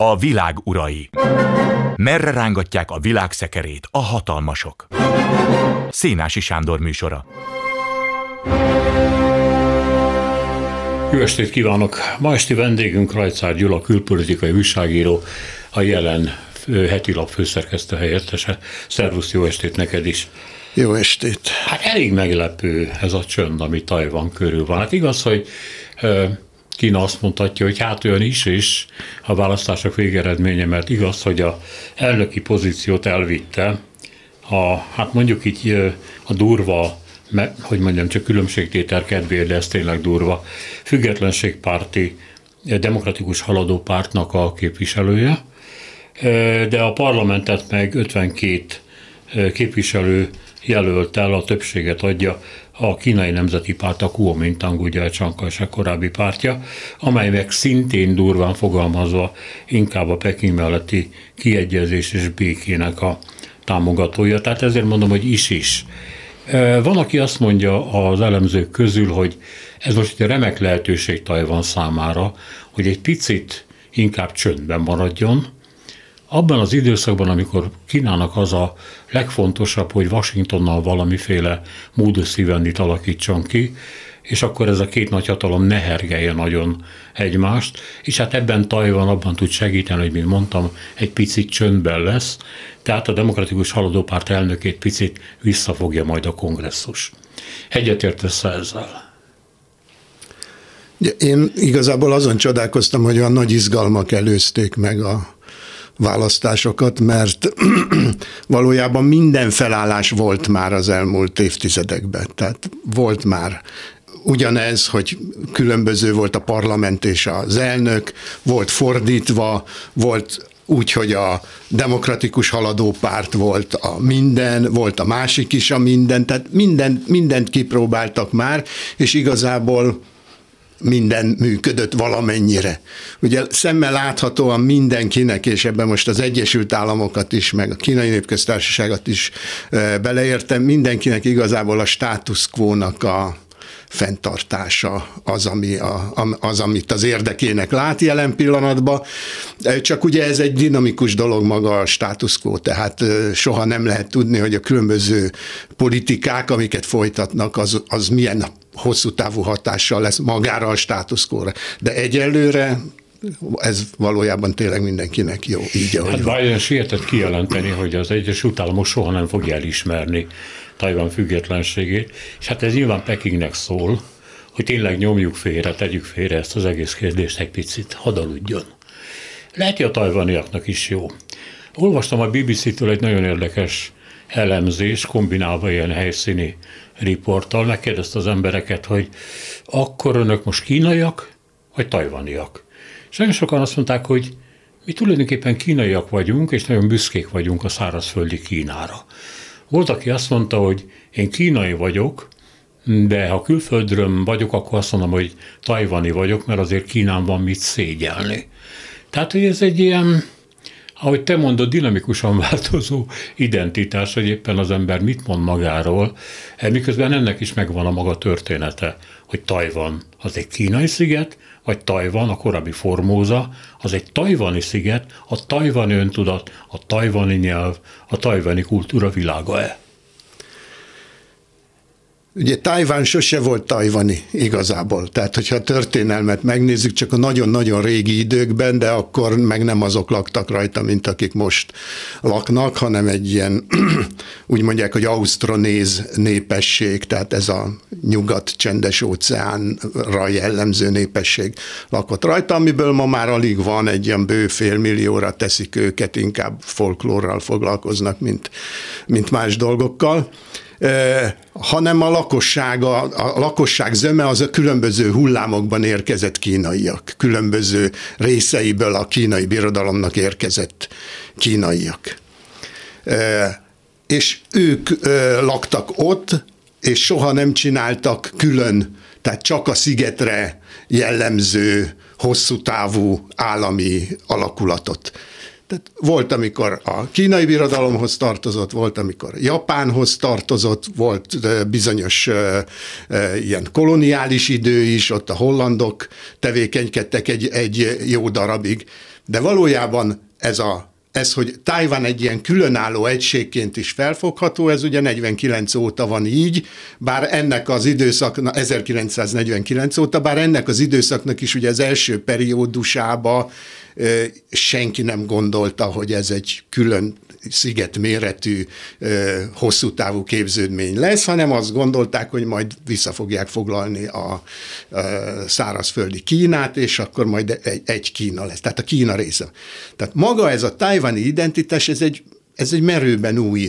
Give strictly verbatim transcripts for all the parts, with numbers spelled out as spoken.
A világ urai. Merre rángatják a világ szekerét a hatalmasok? Szénási Sándor műsora. Jó estét kívánok! Ma esti vendégünk Rajcár Gyula, külpolitikai újságíró, a Jelen heti lap főszerkesztő helyettese. Szervusz, jó estét neked is! Jó estét! Hát elég meglepő ez a csönd, ami Tajvan körül van. Hát igaz, hogy Kína azt mondhatja, hogy hát olyan is is a választások végeredménye, mert igaz, hogy a elnöki pozíciót elvitte, a, hát mondjuk így a durva, hogy mondjam, csak különbségtétel kedvéért, de ez tényleg durva, függetlenségpárti, demokratikus haladó pártnak a képviselője, de a parlamentet meg ötvenkét képviselő jelölt el, a többséget adja a Kínai Nemzeti Párt, a Kuomintang, ugye a Chiang Kai-shek korábbi pártja, amely meg szintén durván fogalmazva inkább a Peking melletti kiegyezés és békének a támogatója. Tehát ezért mondom, hogy is-is. Van, aki azt mondja az elemzők közül, hogy ez most egy remek lehetőség Tajvan számára, hogy egy picit inkább csöndben maradjon. Abban az időszakban, amikor Kínának az a legfontosabb, hogy Washingtonnal valamiféle modus vivendit alakítson ki, és akkor ez a két nagyhatalom ne hergelje nagyon egymást, és hát ebben Tajvan abban tud segíteni, hogy, mint mondtam, egy picit csöndben lesz, tehát a Demokratikus Haladó Párt elnökét picit visszafogja majd a kongresszus. Egyetértesz ezzel? Én igazából azon csodálkoztam, hogy olyan nagy izgalmak előzték meg a választásokat, mert valójában minden felállás volt már az elmúlt évtizedekben. Tehát volt már ugyanez, hogy különböző volt a parlament és az elnök, volt fordítva, volt úgy, hogy a Demokratikus Haladó Párt volt a minden, volt a másik is a minden, tehát minden, mindent kipróbáltak már, és igazából minden működött valamennyire. Ugye szemmel láthatóan mindenkinek, és ebben most az Egyesült Államokat is, meg a Kínai Népköztársaságot is beleértem, mindenkinek igazából a status quo-nak a fenntartása az, ami a, az, amit az érdekének lát jelen pillanatban. Csak ugye ez egy dinamikus dolog maga a status quo, tehát soha nem lehet tudni, hogy a különböző politikák, amiket folytatnak, az, az milyen hosszú távú hatással lesz magára a status quo-ra. De egyelőre ez valójában tényleg mindenkinek jó, így ahogy hát Biden sietett kijelenteni, hogy az Egyesült Államok soha nem fogja elismerni Tajvan függetlenségét, és hát ez nyilván Pekingnek szól, hogy tényleg nyomjuk félre, tegyük félre ezt az egész kérdést egy picit, hadd aludjon. Lehet, hogy a tajvaniaknak is jó. Olvastam a bé bé cé-től egy nagyon érdekes elemzés, kombinálva ilyen helyszíni riporttal, megkérdezte az embereket, hogy akkor önök most kínaiak, vagy tajvaniak? És nagyon sokan azt mondták, hogy mi tulajdonképpen kínaiak vagyunk, és nagyon büszkék vagyunk a szárazföldi Kínára. Volt, aki azt mondta, hogy én kínai vagyok, de ha külföldről vagyok, akkor azt mondom, hogy tajvani vagyok, mert azért Kínán van mit szégyelni. Tehát, hogy ez egy ilyen, ahogy te mondod, dinamikusan változó identitás, hogy éppen az ember mit mond magáról, miközben ennek is megvan a maga története, hogy Tajvan az egy kínai sziget, vagy Tajvan, a korábbi Formosa, az egy tajvani sziget, a tajvani öntudat, a tajvani nyelv, a tajvani kultúra világa-e? Ugye Tajvan sose volt tajvani igazából, tehát hogyha a történelmet megnézzük, csak a nagyon-nagyon régi időkben, de akkor meg nem azok laktak rajta, mint akik most laknak, hanem egy ilyen, úgy mondják, hogy ausztronéz népesség, tehát ez a nyugat-csendes óceánra jellemző népesség lakott rajta, amiből ma már alig van, egy ilyen bő félmillióra teszik őket, inkább folklórral foglalkoznak, mint, mint más dolgokkal. Eh, hanem a lakosság, a, a lakosság zöme az a különböző hullámokban érkezett kínaiak, különböző részeiből a kínai birodalomnak érkezett kínaiak. Eh, és ők eh, laktak ott, és soha nem csináltak külön, tehát csak a szigetre jellemző, hosszú távú állami alakulatot. Tehát volt, amikor a kínai birodalomhoz tartozott, volt, amikor Japánhoz tartozott, volt bizonyos uh, uh, ilyen koloniális idő is, ott a hollandok tevékenykedtek egy, egy jó darabig, De valójában ez a Ez, hogy Tajvan egy ilyen különálló egységként is felfogható, ez ugye negyvenkilenc óta van így, bár ennek az időszaknak, ezerkilencszáznegyvenkilenc óta, bár ennek az időszaknak is ugye az első periódusába senki nem gondolta, hogy ez egy külön szigetméretű, hosszú távú képződmény lesz, hanem azt gondolták, hogy majd vissza fogják foglalni a szárazföldi Kínát, és akkor majd egy, egy Kína lesz, tehát a Kína része. Tehát maga ez a tajvani identitás, ez egy, ez egy merőben új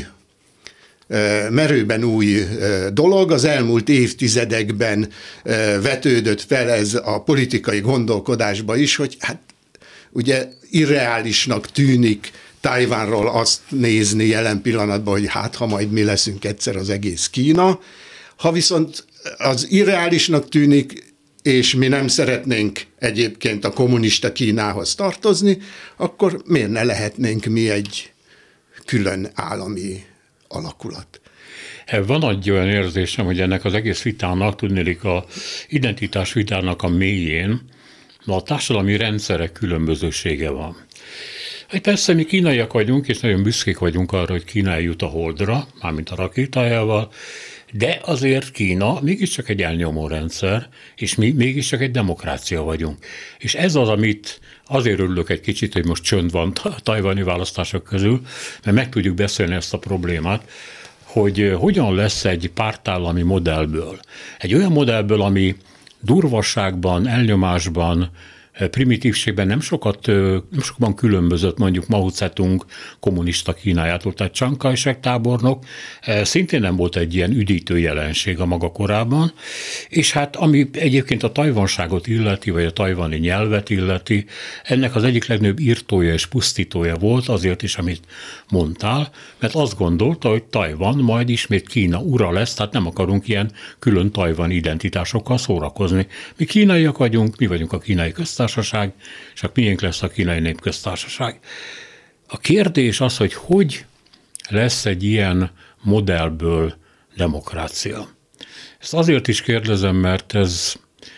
merőben új dolog, az elmúlt évtizedekben vetődött fel ez a politikai gondolkodásba is, hogy hát ugye irreálisnak tűnik Tajvanról azt nézni jelen pillanatban, hogy hát, ha majd mi leszünk egyszer az egész Kína. Ha viszont az irreálisnak tűnik, és mi nem szeretnénk egyébként a kommunista Kínához tartozni, akkor miért ne lehetnénk mi egy külön állami alakulat? Van egy olyan érzésem, hogy ennek az egész vitának, tudnélik a identitás vitának a mélyén a társadalmi rendszerek különbözősége van. Hát persze mi kínaiak vagyunk, és nagyon büszkék vagyunk arra, hogy Kína eljut a Holdra, mármint a rakétájával, de azért Kína mégiscsak egy elnyomó rendszer, és mi mégiscsak egy demokrácia vagyunk. És ez az, amit azért örülök egy kicsit, hogy most csönd van a tajvani választások közül, mert meg tudjuk beszélni ezt a problémát, hogy hogyan lesz egy pártállami modellből. Egy olyan modellből, ami durvasságban, elnyomásban, primitívségben nem sokat, nem sokban különbözött mondjuk Mao Zedong kommunista Kínájától, tehát Chiang Kai-shek tábornok szintén nem volt egy ilyen üdítő jelenség a maga korában, és hát ami egyébként a tajvanságot illeti, vagy a tajvani nyelvet illeti, ennek az egyik legnagyobb írtója és pusztítója volt azért is, amit mondtál, mert azt gondolta, hogy Tajvan majd ismét Kína ura lesz, tehát nem akarunk ilyen külön tajvan identitásokkal szórakozni. Mi kínaiak vagyunk, mi vagyunk a kínai köztársaság, és a miénk lesz a kínai népköztársaság. A kérdés az, hogy hogy lesz egy ilyen modellből demokrácia. Ezt azért is kérdezem, mert ez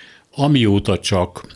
amióta csak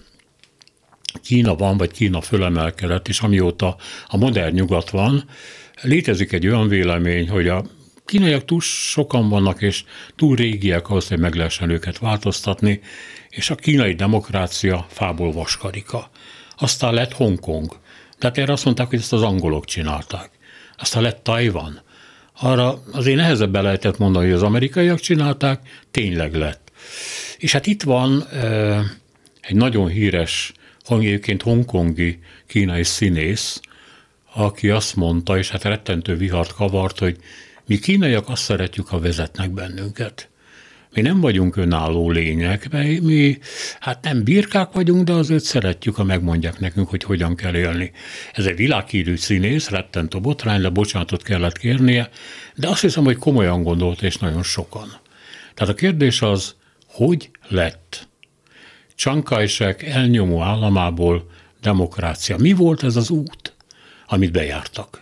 Kína van, vagy Kína fölemelkedett, és amióta a modern nyugat van, létezik egy olyan vélemény, hogy a kínaiak túl sokan vannak, és túl régiek ahhoz, hogy meg lehessen őket változtatni, és a kínai demokrácia fából vaskarika. Aztán lett Hongkong. Tehát erre azt mondták, hogy ezt az angolok csinálták. Aztán lett Tajvan. Arra azért nehezebben lehetett mondani, hogy az amerikaiak csinálták, tényleg lett. És hát itt van e, egy nagyon híres, egyébként hongkongi kínai színész, aki azt mondta, és hát rettentő vihart kavart, hogy mi kínaiak azt szeretjük, ha vezetnek bennünket. Mi nem vagyunk önálló lények, mert mi hát nem birkák vagyunk, de azért szeretjük, ha megmondják nekünk, hogy hogyan kell élni. Ez egy világhírű színész, rettentő botrány, de bocsánatot kellett kérnie, de azt hiszem, hogy komolyan gondolt, és nagyon sokan. Tehát a kérdés az, hogy lett Chiang Kai-shek elnyomó államából demokrácia? Mi volt ez az út, amit bejártak?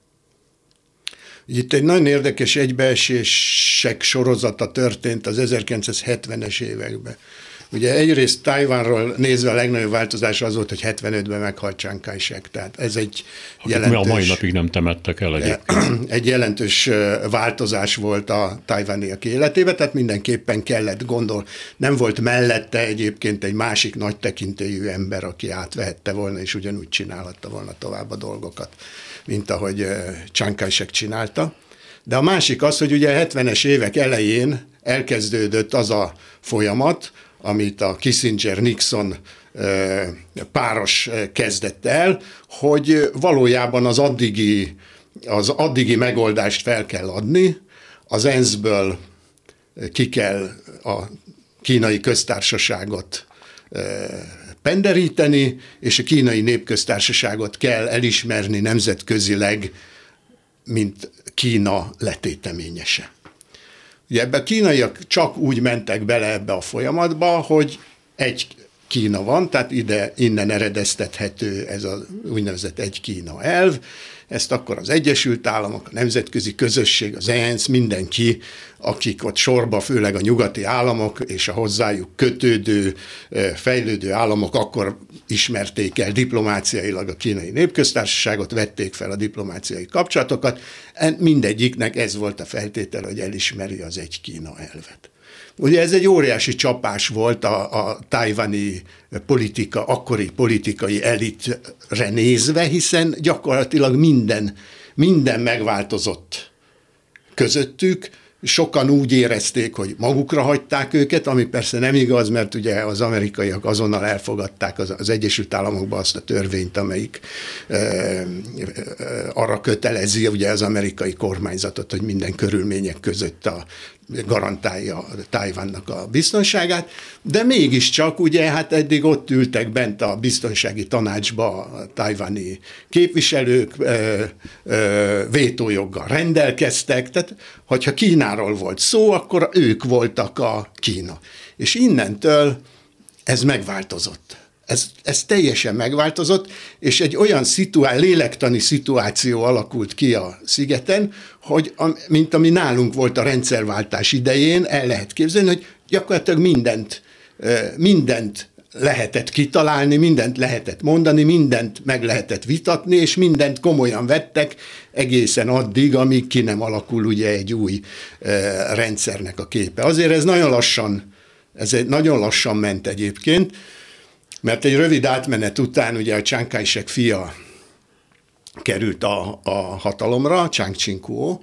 Itt egy nagyon érdekes egybeesések sorozata történt az ezerkilencszázhetvenes években. Ugye egyrészt Tajvanról nézve a legnagyobb változás az volt, hogy hetvenötben meghalt Chiang Kai-shek, tehát ez egy Akik jelentős... a mai napig nem temettek el egyébként. Egy jelentős változás volt a tajvaniak életében, tehát mindenképpen kellett gondol. Nem volt mellette egyébként egy másik nagy tekintélyű ember, aki átvehette volna, és ugyanúgy csinálhatta volna tovább a dolgokat, mint ahogy Chiang Kai-shek csinálta. De a másik az, hogy ugye a hetvenes évek elején elkezdődött az a folyamat, amit a Kissinger-Nixon páros kezdett el, hogy valójában az addigi, az addigi megoldást fel kell adni, az é en es zé-ből ki kell a kínai köztársaságot penderíteni, és a kínai népköztársaságot kell elismerni nemzetközileg, mint Kína letéteményese. Ugye ebbe a kínaiak csak úgy mentek bele ebbe a folyamatba, hogy egy Kína van, tehát ide, innen eredeztethető ez az úgynevezett egy Kína elv. Ezt akkor az Egyesült Államok, a nemzetközi közösség, az é en cé, mindenki, akik ott sorba, főleg a nyugati államok és a hozzájuk kötődő, fejlődő államok akkor ismerték el diplomáciailag a Kínai Népköztársaságot, vették fel a diplomáciai kapcsolatokat. Mindegyiknek ez volt a feltétel, hogy elismeri az egy Kína elvet. Ugye ez egy óriási csapás volt a, a tajvani politika, akkori politikai elitre nézve, hiszen gyakorlatilag minden, minden megváltozott közöttük. Sokan úgy érezték, hogy magukra hagyták őket, ami persze nem igaz, mert ugye az amerikaiak azonnal elfogadták az, az Egyesült Államokban azt a törvényt, amelyik e, e, arra kötelezi ugye az amerikai kormányzatot, hogy minden körülmények között a garantálja Tajvannak a biztonságát, de mégiscsak ugye hát eddig ott ültek bent a biztonsági tanácsba a tajvani képviselők, ö, ö, vétójoggal rendelkeztek, tehát hogyha Kínáról volt szó, akkor ők voltak a Kína. És innentől ez megváltozott. Ez, ez teljesen megváltozott, és egy olyan szituá- lélektani szituáció alakult ki a szigeten, hogy a, mint ami nálunk volt a rendszerváltás idején, el lehet képzelni, hogy gyakorlatilag mindent, mindent lehetett kitalálni, mindent lehetett mondani, mindent meg lehetett vitatni, és mindent komolyan vettek egészen addig, amíg ki nem alakul ugye egy új rendszernek a képe. Azért ez nagyon lassan, ez egy nagyon lassan ment egyébként, mert egy rövid átmenet után ugye a Chiang Kai-shek fia került a, a hatalomra, Chiang Ching-kuo,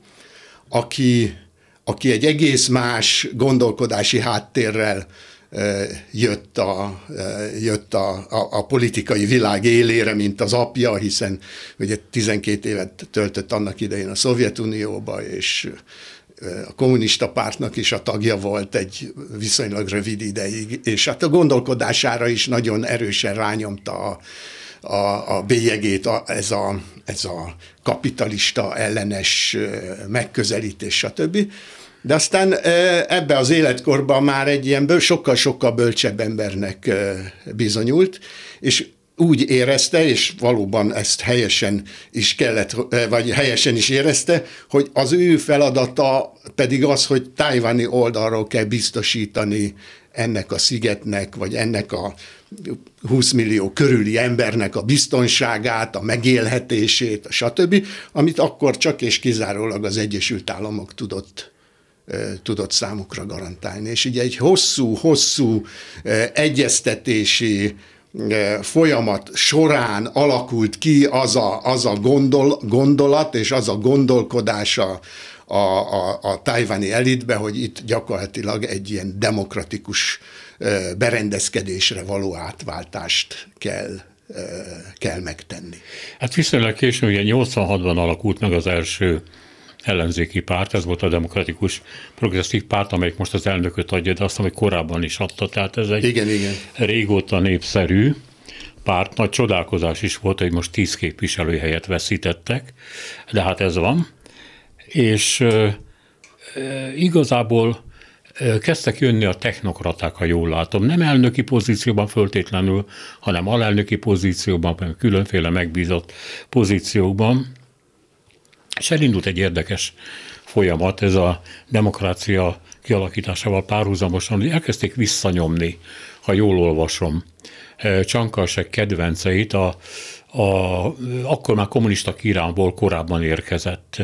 aki, aki egy egész más gondolkodási háttérrel e, jött, a, e, jött a, a, a politikai világ élére, mint az apja, hiszen ugye tizenkét évet töltött annak idején a Szovjetunióba, és a kommunista pártnak is a tagja volt egy viszonylag rövid ideig, és hát a gondolkodására is nagyon erősen rányomta a, a, a bélyegét a, ez, a, ez a kapitalista ellenes megközelítés, stb. De aztán ebbe az életkorban már egy ilyen sokkal-sokkal bölcsebb embernek bizonyult, és úgy érezte, és valóban ezt helyesen is kellett, vagy helyesen is érezte, hogy az ő feladata pedig az, hogy tajvani oldalról kell biztosítani ennek a szigetnek, vagy ennek a húsz millió körüli embernek a biztonságát, a megélhetését, stb., amit akkor csak és kizárólag az Egyesült Államok tudott tudott számukra garantálni. És ugye egy hosszú-hosszú egyeztetési folyamat során alakult ki az a, az a gondol, gondolat és az a gondolkodás a, a, a, a tajvani elitbe, hogy itt gyakorlatilag egy ilyen demokratikus berendezkedésre való átváltást kell, kell megtenni. Hát viszonylag későn, ugye nyolcvanhatban alakult meg az első ellenzéki párt, ez volt a Demokratikus Progresszív Párt, amelyik most az elnököt adja, de azt, hogy korábban is adta, tehát ez egy igen, igen. régóta népszerű párt. Nagy csodálkozás is volt, hogy most tíz képviselőhelyet veszítettek, de hát ez van. És e, e, igazából e, kezdtek jönni a technokraták, ha jól látom. Nem elnöki pozícióban föltétlenül, hanem alelnöki pozícióban, különféle megbízott pozíciókban. És elindult egy érdekes folyamat, ez a demokrácia kialakításával párhuzamosan, hogy elkezdték visszanyomni, ha jól olvasom, Chiang Kai-shek kedvenceit, a, a, akkor már kommunista Kínából korábban érkezett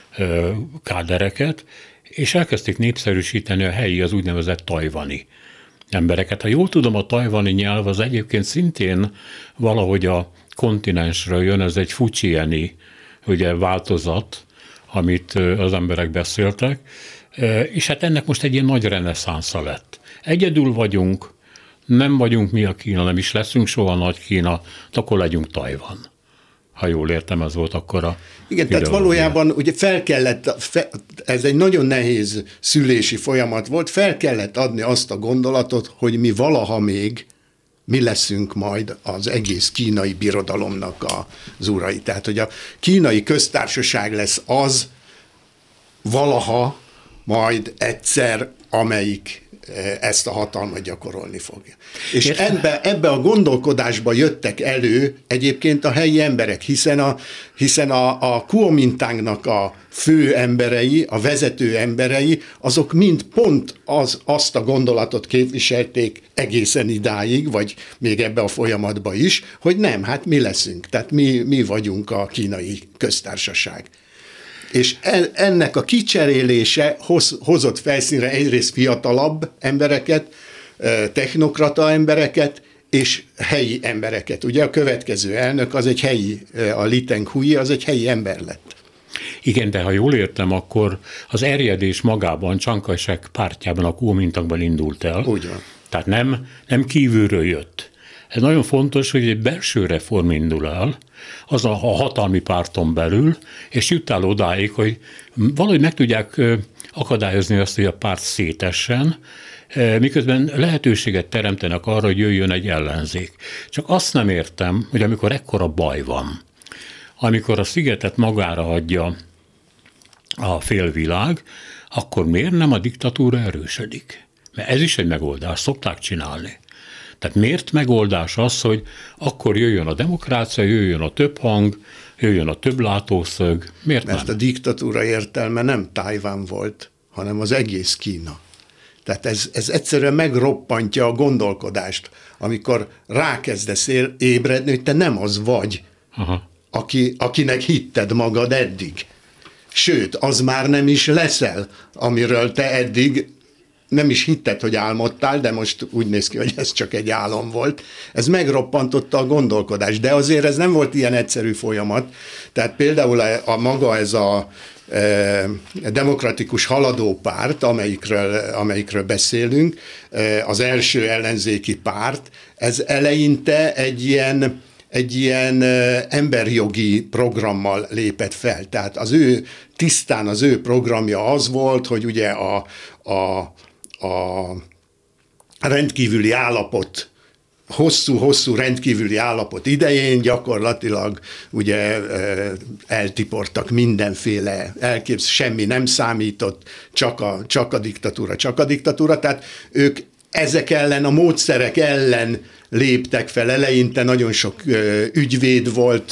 kádereket, és elkezdték népszerűsíteni a helyi, az úgynevezett tajvani embereket. Ha jól tudom, a tajvani nyelv az egyébként szintén valahogy a kontinensről jön, ez egy fujiani ugye változat, amit az emberek beszéltek, és hát ennek most egy ilyen nagy reneszánsza lett. Egyedül vagyunk, nem vagyunk mi a Kína, nem is leszünk soha nagy Kína, de akkor legyünk Tajvan. Ha jól értem, ez volt akkor a... Igen, tehát valójában ugye fel kellett, fe, ez egy nagyon nehéz szülési folyamat volt, fel kellett adni azt a gondolatot, hogy mi valaha még mi leszünk majd az egész kínai birodalomnak az urai. Tehát, hogy a kínai köztársaság lesz az valaha, majd egyszer amelyik ezt a hatalmat gyakorolni fogja. És ebbe, ebbe a gondolkodásba jöttek elő egyébként a helyi emberek, hiszen a, hiszen a, a Kuomintangnak a fő emberei, a vezető emberei, azok mind pont az, azt a gondolatot képviselték egészen idáig, vagy még ebbe a folyamatba is, hogy nem, hát mi leszünk, tehát mi, mi vagyunk a kínai köztársaság. És ennek a kicserélése hoz, hozott felszínre egyrészt fiatalabb embereket, technokrata embereket, és helyi embereket. Ugye a következő elnök az egy helyi, a Lee Teng-hui az egy helyi ember lett. Igen, de ha jól értem, akkor az erjedés magában Chiang Kai-shek pártjában, a Kuomintangban indult el. Úgy van. Tehát nem, nem kívülről jött. Ez nagyon fontos, hogy egy belső reform indul el, az a hatalmi párton belül, és jut el odáig, hogy valahogy meg tudják akadályozni azt, hogy a párt szétessen, miközben lehetőséget teremtenek arra, hogy jöjjön egy ellenzék. Csak azt nem értem, hogy amikor ekkora baj van, amikor a szigetet magára hagyja a félvilág, akkor miért nem a diktatúra erősödik? Mert ez is egy megoldás, szokták csinálni. Tehát miért megoldás az, hogy akkor jöjjön a demokrácia, jöjjön a több hang, jöjjön a több látószög? Miért Mert nem? a diktatúra értelme nem Tajvan volt, hanem az egész Kína. Tehát ez, ez egyszerűen megroppantja a gondolkodást, amikor rákezdesz ébredni, hogy te nem az vagy, Aha. Aki, akinek hitted magad eddig. Sőt, az már nem is leszel, amiről te eddig nem is hitted, hogy álmodtál, de most úgy néz ki, hogy ez csak egy álom volt. Ez megroppantotta a gondolkodást, de azért ez nem volt ilyen egyszerű folyamat. Tehát például a, a maga ez a e, demokratikus haladópárt, amelyikről, amelyikről beszélünk, e, az első ellenzéki párt, ez eleinte egy ilyen egy ilyen emberjogi programmal lépett fel. Tehát az ő, tisztán az ő programja az volt, hogy ugye a, a, a rendkívüli állapot, hosszú-hosszú rendkívüli állapot idején gyakorlatilag ugye eltiportak mindenféle elképz, semmi nem számított, csak a, csak a diktatúra, csak a diktatúra. Tehát ők ezek ellen, a módszerek ellen léptek fel. Eleinte nagyon sok ö, ügyvéd volt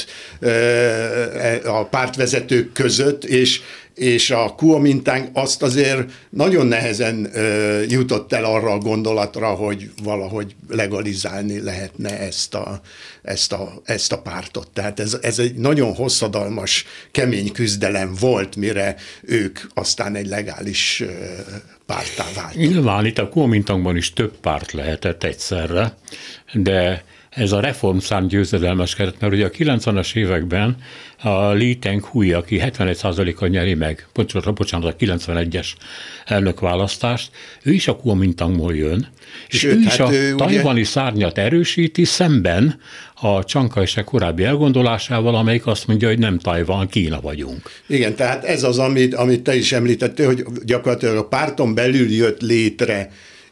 ö, a pártvezetők között, és, és a Kuomintang azt azért nagyon nehezen ö, jutott el arra a gondolatra, hogy valahogy legalizálni lehetne ezt a, ezt a, ezt a pártot. Tehát ez, ez egy nagyon hosszadalmas, kemény küzdelem volt, mire ők aztán egy legális ö, párttá váltak. Nyilván itt a Kuomintangban is több párt lehetett egyszerre, de ez a reformszám győzedelmeskedett, mert ugye a kilencvenes években a Lee Teng-hui, aki hetvenegy százalékkal nyeri meg, bocsánat, a kilencvenegyes elnökválasztást, ő is a Kuomintangból jön, és Sőt, ő is hát a ő tajvani ugye... szárnyat erősíti szemben a Chiang Kai-shek korábbi elgondolásával, amelyik azt mondja, hogy nem Tajvan, Kína vagyunk. Igen, tehát ez az, amit, amit te is említettél, hogy gyakorlatilag a párton belül jött létre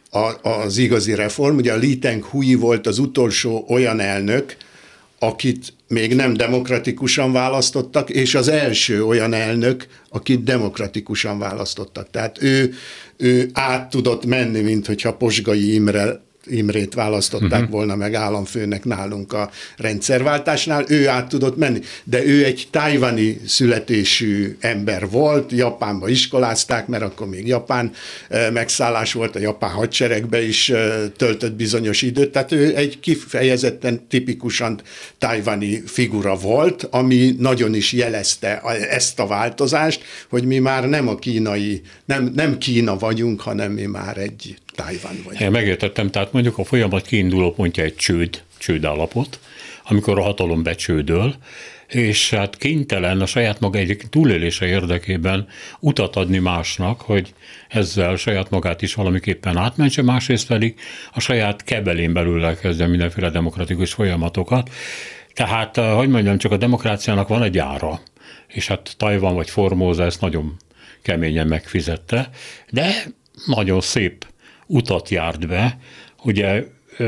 az igazi reform. Ugye a Lee Teng-hui volt az utolsó olyan elnök, akit még nem demokratikusan választottak, és az első olyan elnök, akit demokratikusan választottak. Tehát ő, ő át tudott menni, mint hogyha Posgai Imre, Imrét választották uh-huh. volna meg államfőnek nálunk a rendszerváltásnál, ő át tudott menni. De ő egy tajvani születésű ember volt, Japánba iskolázták, mert akkor még japán megszállás volt, a japán hadseregbe is töltött bizonyos időt, tehát ő egy kifejezetten tipikusan tajvani figura volt, ami nagyon is jelezte ezt a változást, hogy mi már nem a kínai, nem, nem Kína vagyunk, hanem mi már egy Tajvan vagy. Én megértettem, tehát mondjuk a folyamat kiinduló pontja egy csőd, csődállapot, amikor a hatalom becsődöl, és hát kénytelen a saját maga egy túlélése érdekében utat adni másnak, hogy ezzel saját magát is valamiképpen átmentse, másrészt pedig a saját kebelén belül elkezdjen mindenféle demokratikus folyamatokat. Tehát, hogy mondjam, csak a demokráciának van egy ára, és hát Tajvan vagy Formosa ezt nagyon keményen megfizette, de nagyon szép utat járt be. Ugye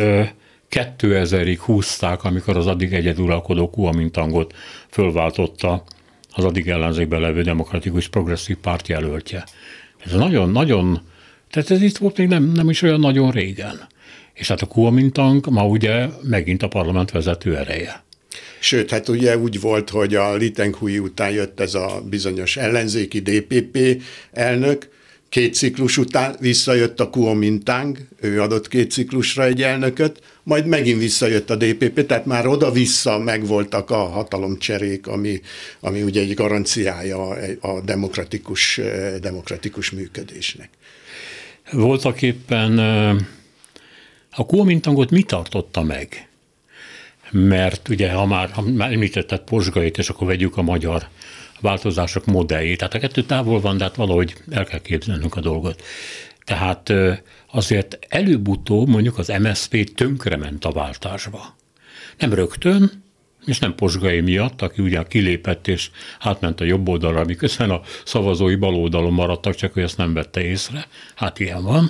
kétezerig húzták, amikor az addig egyeduralkodó Kuomintangot fölváltotta az addig ellenzékben levő demokratikus progresszív párt jelöltje. Ez nagyon-nagyon Tehát ez itt volt még nem, nem is olyan nagyon régen. És hát a Kuomintang ma ugye megint a parlament vezető ereje. Sőt, hát ugye úgy volt, hogy a Lee Teng-hui után jött ez a bizonyos ellenzéki dé pé pé elnök, két ciklus után visszajött a Kuomintang, ő adott két ciklusra egy elnököt, majd megint visszajött a dé pé pé, tehát már oda-vissza megvoltak a hatalomcserék, ami, ami ugye egy garanciája a demokratikus, demokratikus működésnek. Voltak éppen a Kuomintangot mi tartotta meg? Mert ugye, ha már, ha már említetted Pozsgait, és akkor vegyük a magyar változások modelljét. Tehát a kettő távol van, de hát valahogy el kell képzelnünk a dolgot. Tehát azért előbb-utóbb mondjuk az em es zé pé tönkrement a váltásba. Nem rögtön, és nem Pozsgai miatt, aki ugye kilépett és átment a jobb oldalra, miközben a szavazói bal oldalon maradtak, csak hogy ezt nem vette észre. Hát ilyen van.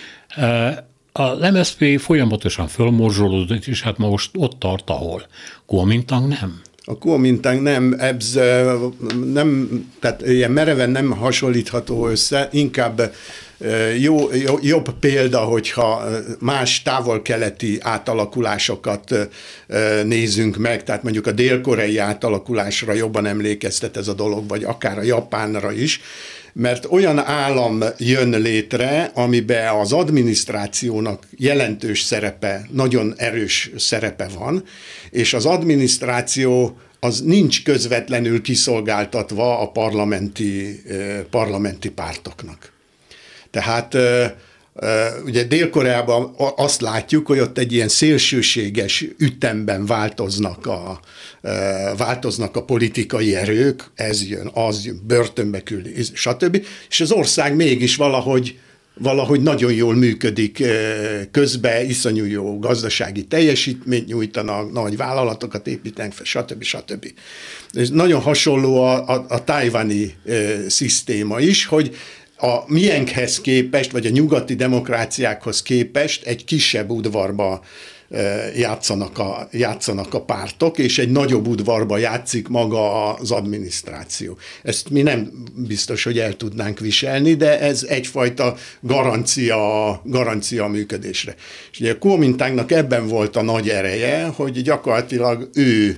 Az em es zé pé folyamatosan fölmorzsolódott, és hát most ott tart, ahol. Kuomintang nem. A Kuomintang nem, ez nem, tehát ilyen mereven nem hasonlítható össze, inkább jó, jó, jobb példa, hogyha más távol-keleti átalakulásokat nézünk meg, tehát mondjuk a dél-koreai átalakulásra jobban emlékeztet ez a dolog, vagy akár a japánra is, mert olyan állam jön létre, amiben az adminisztrációnak jelentős szerepe, nagyon erős szerepe van, és az adminisztráció az nincs közvetlenül kiszolgáltatva a parlamenti, parlamenti pártoknak. Tehát ugye Dél-Koreában azt látjuk, hogy ott egy ilyen szélsőséges ütemben változnak a, változnak a politikai erők, ez jön, az jön, börtönbe küldi, stb. És az ország mégis valahogy, valahogy nagyon jól működik közben, iszonyú jó gazdasági teljesítményt nyújtanak, nagy vállalatokat építenek fel, stb. stb. És nagyon hasonló a, a, a tájvani szisztéma is, hogy a miénkhez képest, vagy a nyugati demokráciákhoz képest egy kisebb udvarba játszanak a, játszanak a pártok, és egy nagyobb udvarba játszik maga az adminisztráció. Ezt mi nem biztos, hogy el tudnánk viselni, de ez egyfajta garancia, garancia a működésre. És ugye a Kuomintangnak ebben volt a nagy ereje, hogy gyakorlatilag ő,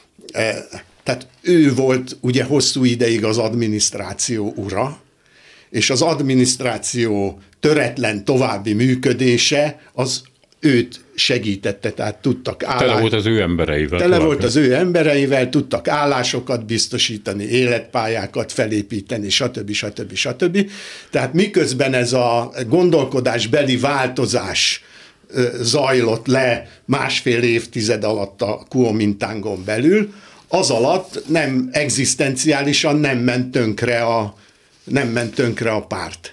tehát ő volt ugye hosszú ideig az adminisztráció ura, és az adminisztráció töretlen további működése az őt segítette, tehát tudtak állás... Tele volt az ő embereivel. Tele tovább. volt az ő embereivel, tudtak állásokat biztosítani, életpályákat felépíteni, stb. stb. stb. Tehát miközben ez a gondolkodásbeli változás zajlott le másfél évtized alatt a Kuomintangon belül, az alatt nem egzisztenciálisan nem ment tönkre a nem ment tönkre a párt.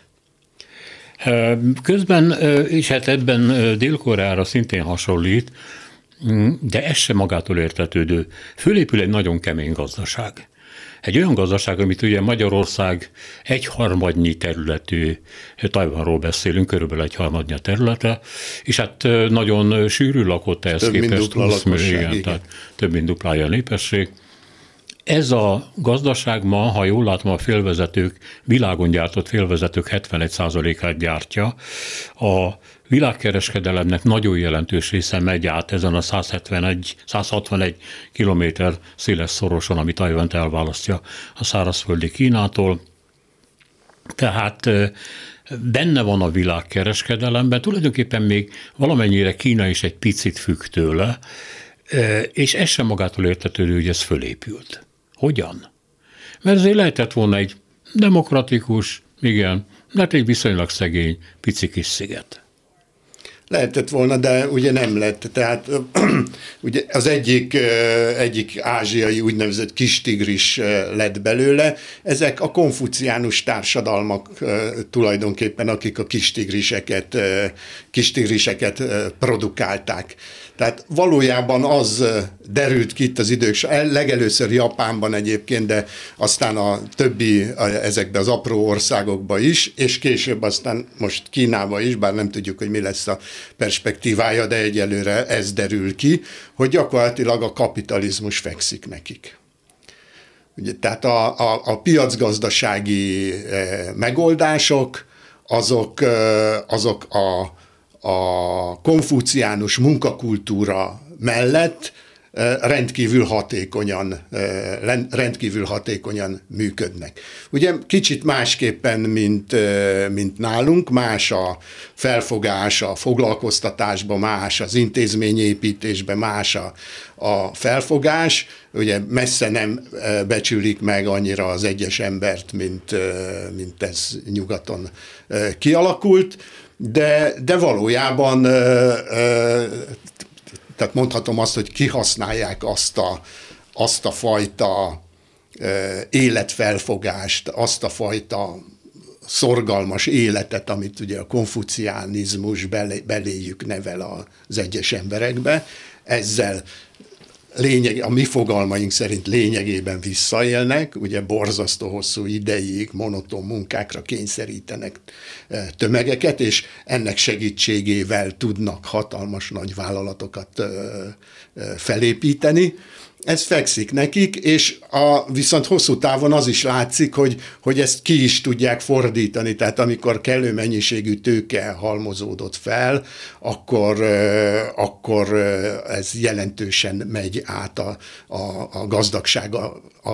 Közben, és hát ebben Dél-Koreára szintén hasonlít, de ez sem magától értetődő. Fölépül egy nagyon kemény gazdaság. Egy olyan gazdaság, amit ugye Magyarország egyharmadnyi területű, Tajvanról beszélünk, körülbelül egyharmadnyi a területe, és hát nagyon sűrű lakott ehhez több képest. Mint dupla lakosság, igen, igen. Tehát több mint duplája a népesség. Ez a gazdaság ma, ha jól látom, a félvezetők, világon gyártott félvezetők hetvenegy százalékát gyártja. A világkereskedelemnek nagyon jelentős része megy át ezen a száz hetvenegy, száz hatvanegy kilométer széles szoroson, ami Tajvant elválasztja a szárazföldi Kínától. Tehát benne van a világkereskedelemben, tulajdonképpen még valamennyire Kína is egy picit függ tőle, és ez sem magától értetődő, hogy ez fölépült. Hogyan? Mert azért lehetett volna egy demokratikus, igen, lehet egy viszonylag szegény, pici kis sziget. Lehetett volna, de ugye nem lett. Tehát ugye az egyik, egyik ázsiai úgynevezett kis tigris lett belőle. Ezek a konfuciánus társadalmak tulajdonképpen, akik a kis tigriseket, kis tigriseket produkálták. Tehát valójában az derült ki itt az idők, legelőször Japánban egyébként, de aztán a többi ezekben az apró országokban is, és később aztán most Kínában is, bár nem tudjuk, hogy mi lesz a perspektívája, de egyelőre ez derül ki, hogy gyakorlatilag a kapitalizmus fekszik nekik. Ugye, tehát a, a, a piacgazdasági megoldások, azok, azok a, a konfuciánus munkakultúra mellett rendkívül hatékonyan, rendkívül hatékonyan működnek. Ugye kicsit másképpen, mint, mint nálunk, más a felfogás a foglalkoztatásban, más az intézményépítésben, más a, a felfogás. Ugye messze nem becsülik meg annyira az egyes embert, mint, mint ez nyugaton kialakult, de, de valójában tehát mondhatom azt, hogy kihasználják azt a, azt a fajta e, életfelfogást, azt a fajta szorgalmas életet, amit ugye a konfuciánizmus belé, beléjük nevel az egyes emberekbe. Ezzel lényeg, a mi fogalmaink szerint lényegében visszaélnek, ugye borzasztó hosszú ideig monoton munkákra kényszerítenek tömegeket, és ennek segítségével tudnak hatalmas nagy vállalatokat felépíteni. Ez fekszik nekik, és a, viszont hosszú távon az is látszik, hogy, hogy ezt ki is tudják fordítani, tehát amikor kellő mennyiségű tőke halmozódott fel, akkor, akkor ez jelentősen megy át a, a, a gazdagsága, a,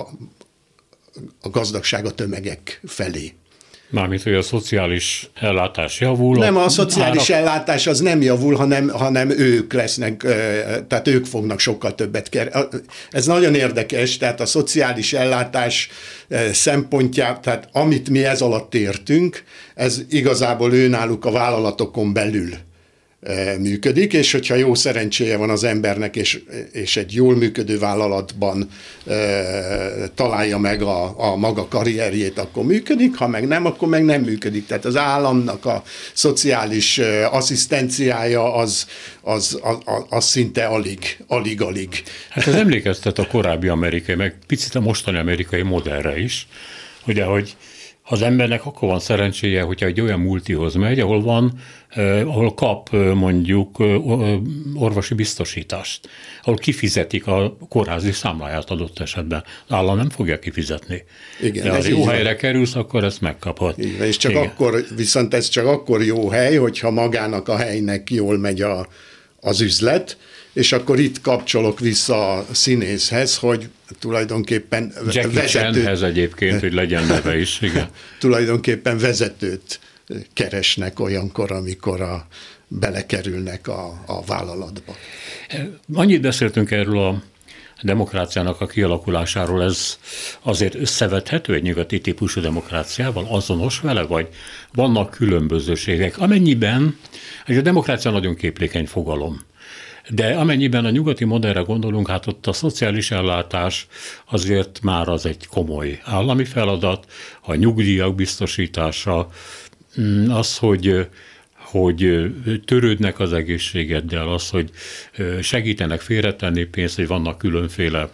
a gazdagsága tömegek felé. Mármint, hogy a szociális ellátás javul. Nem, a szociális árak... ellátás az nem javul, hanem, hanem ők lesznek, tehát ők fognak sokkal többet keresni. Ez nagyon érdekes, tehát a szociális ellátás szempontjából, tehát amit mi ez alatt értünk, ez igazából őnáluk a vállalatokon belül működik, és hogyha jó szerencséje van az embernek, és, és egy jól működő vállalatban e, találja meg a, a maga karrierjét, akkor működik, ha meg nem, akkor meg nem működik. Tehát az államnak a szociális asszisztenciája az, az, az, az, az szinte alig, alig-alig. Hát ez emlékeztet a korábbi amerikai, meg picit a mostani amerikai modellre is, ugye, hogy az embernek akkor van szerencséje, hogyha egy olyan multihoz megy, ahol van, eh, ahol kap mondjuk orvosi biztosítást, ahol kifizetik a kórházi számláját adott esetben. Az állam nem fogja kifizetni. Igen, de ha jó helyre van. Kerülsz, akkor ezt megkapod. Igen, és csak Igen. akkor, viszont ez csak akkor jó hely, hogyha magának a helynek jól megy a, az üzlet, és akkor itt kapcsolok vissza a színészhez, hogy tulajdonképpen Jackie vezetőt... Chanhez egyébként, hogy legyen neve is, igen. Tulajdonképpen vezetőt keresnek olyankor, amikor a, belekerülnek a, a vállalatba. Annyit beszéltünk erről a demokráciának a kialakulásáról, ez azért összevethető egy nyugati típusú demokráciával, azonos vele, vagy vannak különbözőségek, amennyiben, a demokrácia nagyon képlékeny fogalom, de amennyiben a nyugati modellre gondolunk, hát ott a szociális ellátás azért már az egy komoly állami feladat, a nyugdíjak biztosítása, az, hogy, hogy törődnek az egészségeddel, az, hogy segítenek félretenni pénzt, hogy vannak különféle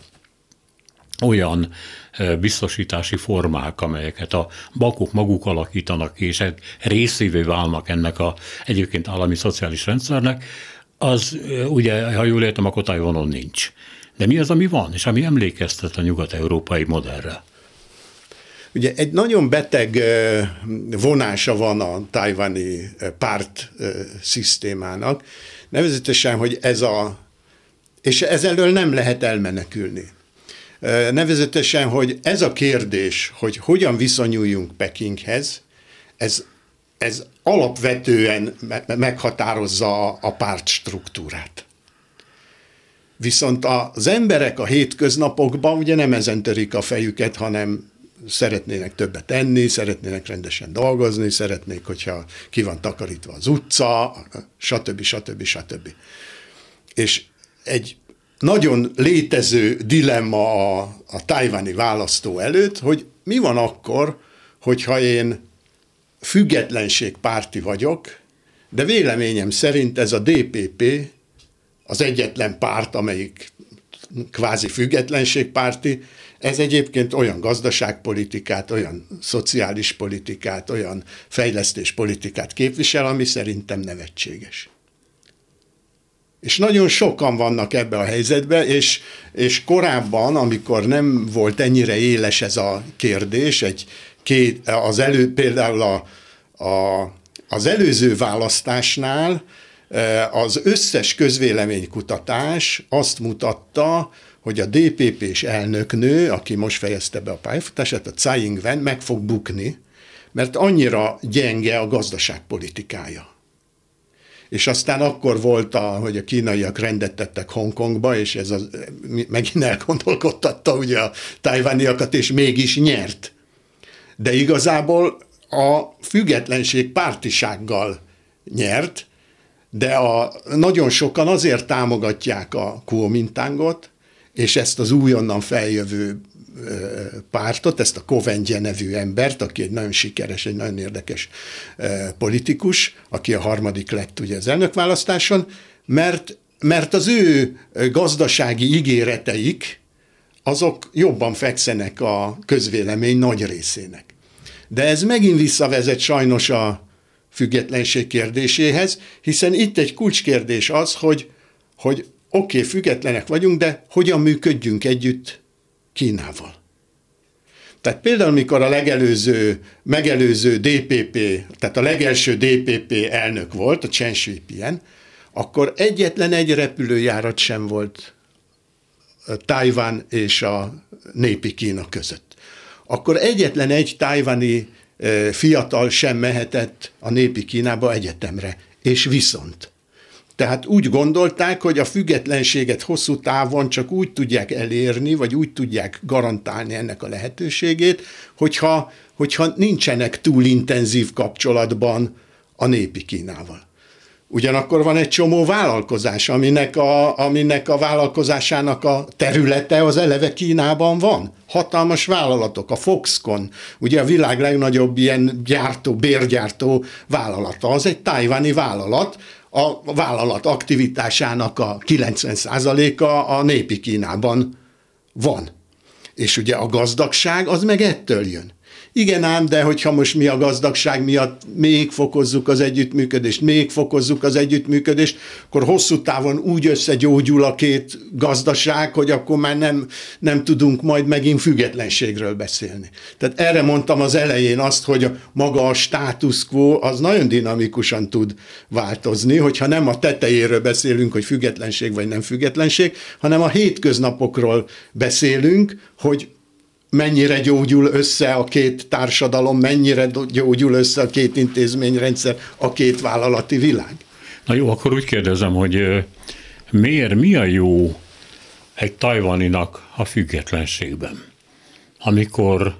olyan biztosítási formák, amelyeket a bankok maguk alakítanak ki, és részévé válnak ennek a egyébként állami szociális rendszernek, az ugye, ha jól értem, akkor Tajvanon nincs. De mi az, ami van, és ami emlékeztet a nyugat-európai modellre? Ugye egy nagyon beteg vonása van a tajvani párt szisztémának, nevezetesen, hogy ez a, és ezelől nem lehet elmenekülni. Nevezetesen, hogy ez a kérdés, hogy hogyan viszonyuljunk Pekinghez, ez ez alapvetően meghatározza a párt struktúrát. Viszont az emberek a hétköznapokban ugye nem ezen törik a fejüket, hanem szeretnének többet enni, szeretnének rendesen dolgozni, szeretnék, hogyha ki van takarítva az utca, stb. stb. stb. És egy nagyon létező dilemma a, a tajvani választó előtt, hogy mi van akkor, hogyha én függetlenségpárti vagyok, de véleményem szerint ez a dé pé pé az egyetlen párt, amelyik kvázi függetlenségpárti, ez egyébként olyan gazdaságpolitikát, olyan szociális politikát, olyan fejlesztéspolitikát képvisel, ami szerintem nevetséges. És nagyon sokan vannak ebbe a helyzetbe, és, és korábban, amikor nem volt ennyire éles ez a kérdés, egy Két, az elő, például a, A, az előző választásnál az összes közvéleménykutatás azt mutatta, hogy a dé pé pés elnöknő, aki most fejezte be a pályafutását, a Tsai Ing-wen meg fog bukni, mert annyira gyenge a gazdaságpolitikája. És aztán akkor volt, a, hogy a kínaiak rendet tettek Hongkongba, és ez az, megint elgondolkodtatta ugye a tajvaniakat, és mégis nyert. De igazából a függetlenség pártisággal nyert, de a, nagyon sokan azért támogatják a Kuomintangot, és ezt az újonnan feljövő pártot, ezt a Kovendje nevű embert, aki egy nagyon sikeres, egy nagyon érdekes politikus, aki a harmadik lett ugye az elnökválasztáson, mert, mert az ő gazdasági ígéreteik, azok jobban fekszenek a közvélemény nagy részének. De ez megint visszavezet sajnos a függetlenség kérdéséhez, hiszen itt egy kulcskérdés az, hogy, hogy oké, okay, függetlenek vagyunk, de hogyan működjünk együtt Kínával. Tehát például, mikor a legelőző, megelőző dé pé pé, tehát a legelső dé pé pé elnök volt, a Chen Shui-bian, akkor egyetlen egy repülőjárat sem volt Tajvan és a népi Kína között. Akkor egyetlen egy tajvani fiatal sem mehetett a népi Kínába egyetemre, és viszont. Tehát úgy gondolták, hogy a függetlenséget hosszú távon csak úgy tudják elérni, vagy úgy tudják garantálni ennek a lehetőségét, hogyha, hogyha nincsenek túl intenzív kapcsolatban a népi Kínával. Ugyanakkor van egy csomó vállalkozás, aminek a, aminek a vállalkozásának a területe az eleve Kínában van. Hatalmas vállalatok, a Foxconn, ugye a világ legnagyobb ilyen gyártó, bérgyártó vállalata, az egy tajvani vállalat, a vállalat aktivitásának a kilencven százaléka a népi Kínában van. És ugye a gazdagság az meg ettől jön. Igen ám, de hogyha most mi a gazdagság miatt még fokozzuk az együttműködést, még fokozzuk az együttműködést, akkor hosszú távon úgy összegyógyul a két gazdaság, hogy akkor már nem, nem tudunk majd megint függetlenségről beszélni. Tehát erre mondtam az elején azt, hogy a, maga a status quo az nagyon dinamikusan tud változni, hogyha nem a tetejéről beszélünk, hogy függetlenség vagy nem függetlenség, hanem a hétköznapokról beszélünk, hogy mennyire gyógyul össze a két társadalom, mennyire gyógyul össze a két intézményrendszer, a két vállalati világ. Na jó, akkor úgy kérdezem, hogy miért, mi a jó egy tajvaninak a függetlenségben? Amikor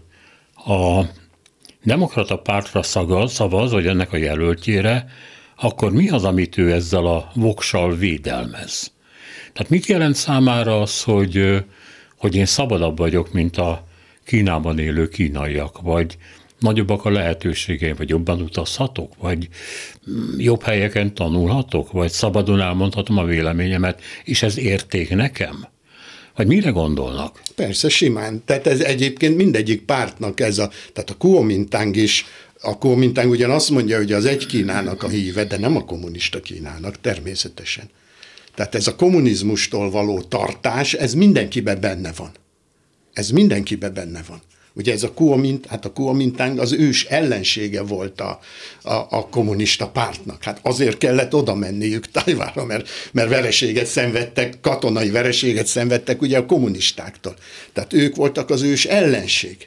a demokrata pártra szagaz, szavaz, vagy ennek a jelöltjére, akkor mi az, amit ő ezzel a voksal védelmez? Tehát mit jelent számára az, hogy, hogy én szabadabb vagyok, mint a Kínában élő kínaiak, vagy nagyobbak a lehetőségeim, vagy jobban utazhatok, vagy jobb helyeken tanulhatok, vagy szabadon elmondhatom a véleményemet, és ez érték nekem? Vagy mire gondolnak? Persze, simán. Tehát ez egyébként mindegyik pártnak ez a, tehát a Kuomintang is, a Kuomintang ugyan azt mondja, hogy az egy Kínának a híve, de nem a kommunista Kínának, természetesen. Tehát ez a kommunizmustól való tartás, ez mindenkiben benne van. Ez mindenkiben benne van. Ugye ez a Kuomint, hát a Kuomintang az ős ellensége volt a, a, a kommunista pártnak. Hát azért kellett oda menniük Tajvánra, mert, mert vereséget szenvedtek, katonai vereséget szenvedtek ugye a kommunistáktól. Tehát ők voltak az ős ellenség.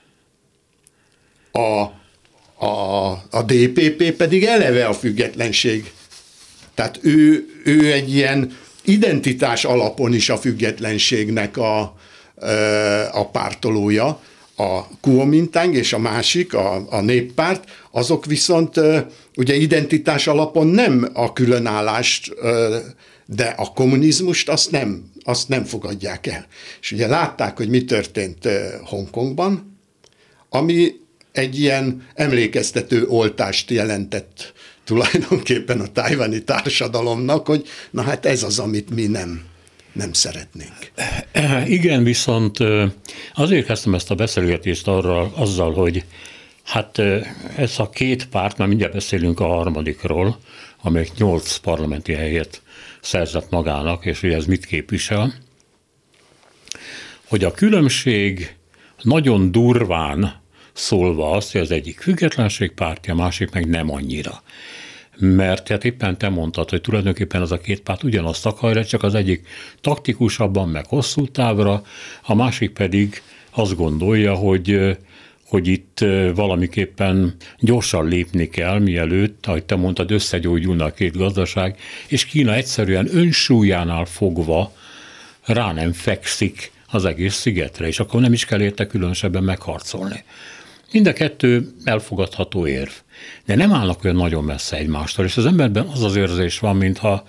A, a, a dé pé pé pedig eleve a függetlenség. Tehát ő, ő egy ilyen identitás alapon is a függetlenségnek a a pártolója, a Kuomintang és a másik, a, a néppárt, azok viszont ugye identitás alapon nem a különállást, de a kommunizmust azt nem, azt nem fogadják el. És ugye látták, hogy mi történt Hongkongban, ami egy ilyen emlékeztető oltást jelentett tulajdonképpen a tajvani társadalomnak, hogy na hát ez az, amit mi nem nem szeretnénk. Igen, viszont azért kezdtem ezt a beszélgetést arra, azzal, hogy hát ez a két párt, már mindjárt beszélünk a harmadikról, amely nyolc parlamenti helyet szerzett magának, és hogy ez mit képvisel, hogy a különbség nagyon durván szólva azt, hogy az egyik függetlenségpártja, a másik meg nem annyira. Mert hát éppen te mondtad, hogy tulajdonképpen az a két párt ugyanazt akarja, csak az egyik taktikusabban, meg hosszú távra, a másik pedig azt gondolja, hogy, hogy itt valamiképpen gyorsan lépni kell, mielőtt, ahogy te mondtad, összegyógyulna a két gazdaság, és Kína egyszerűen önsúlyánál fogva rá nem fekszik az egész szigetre, és akkor nem is kell érte különösebben megharcolni. Mind a kettő elfogadható érv, de nem állnak olyan nagyon messze egymástól, és az emberben az az érzés van, mintha,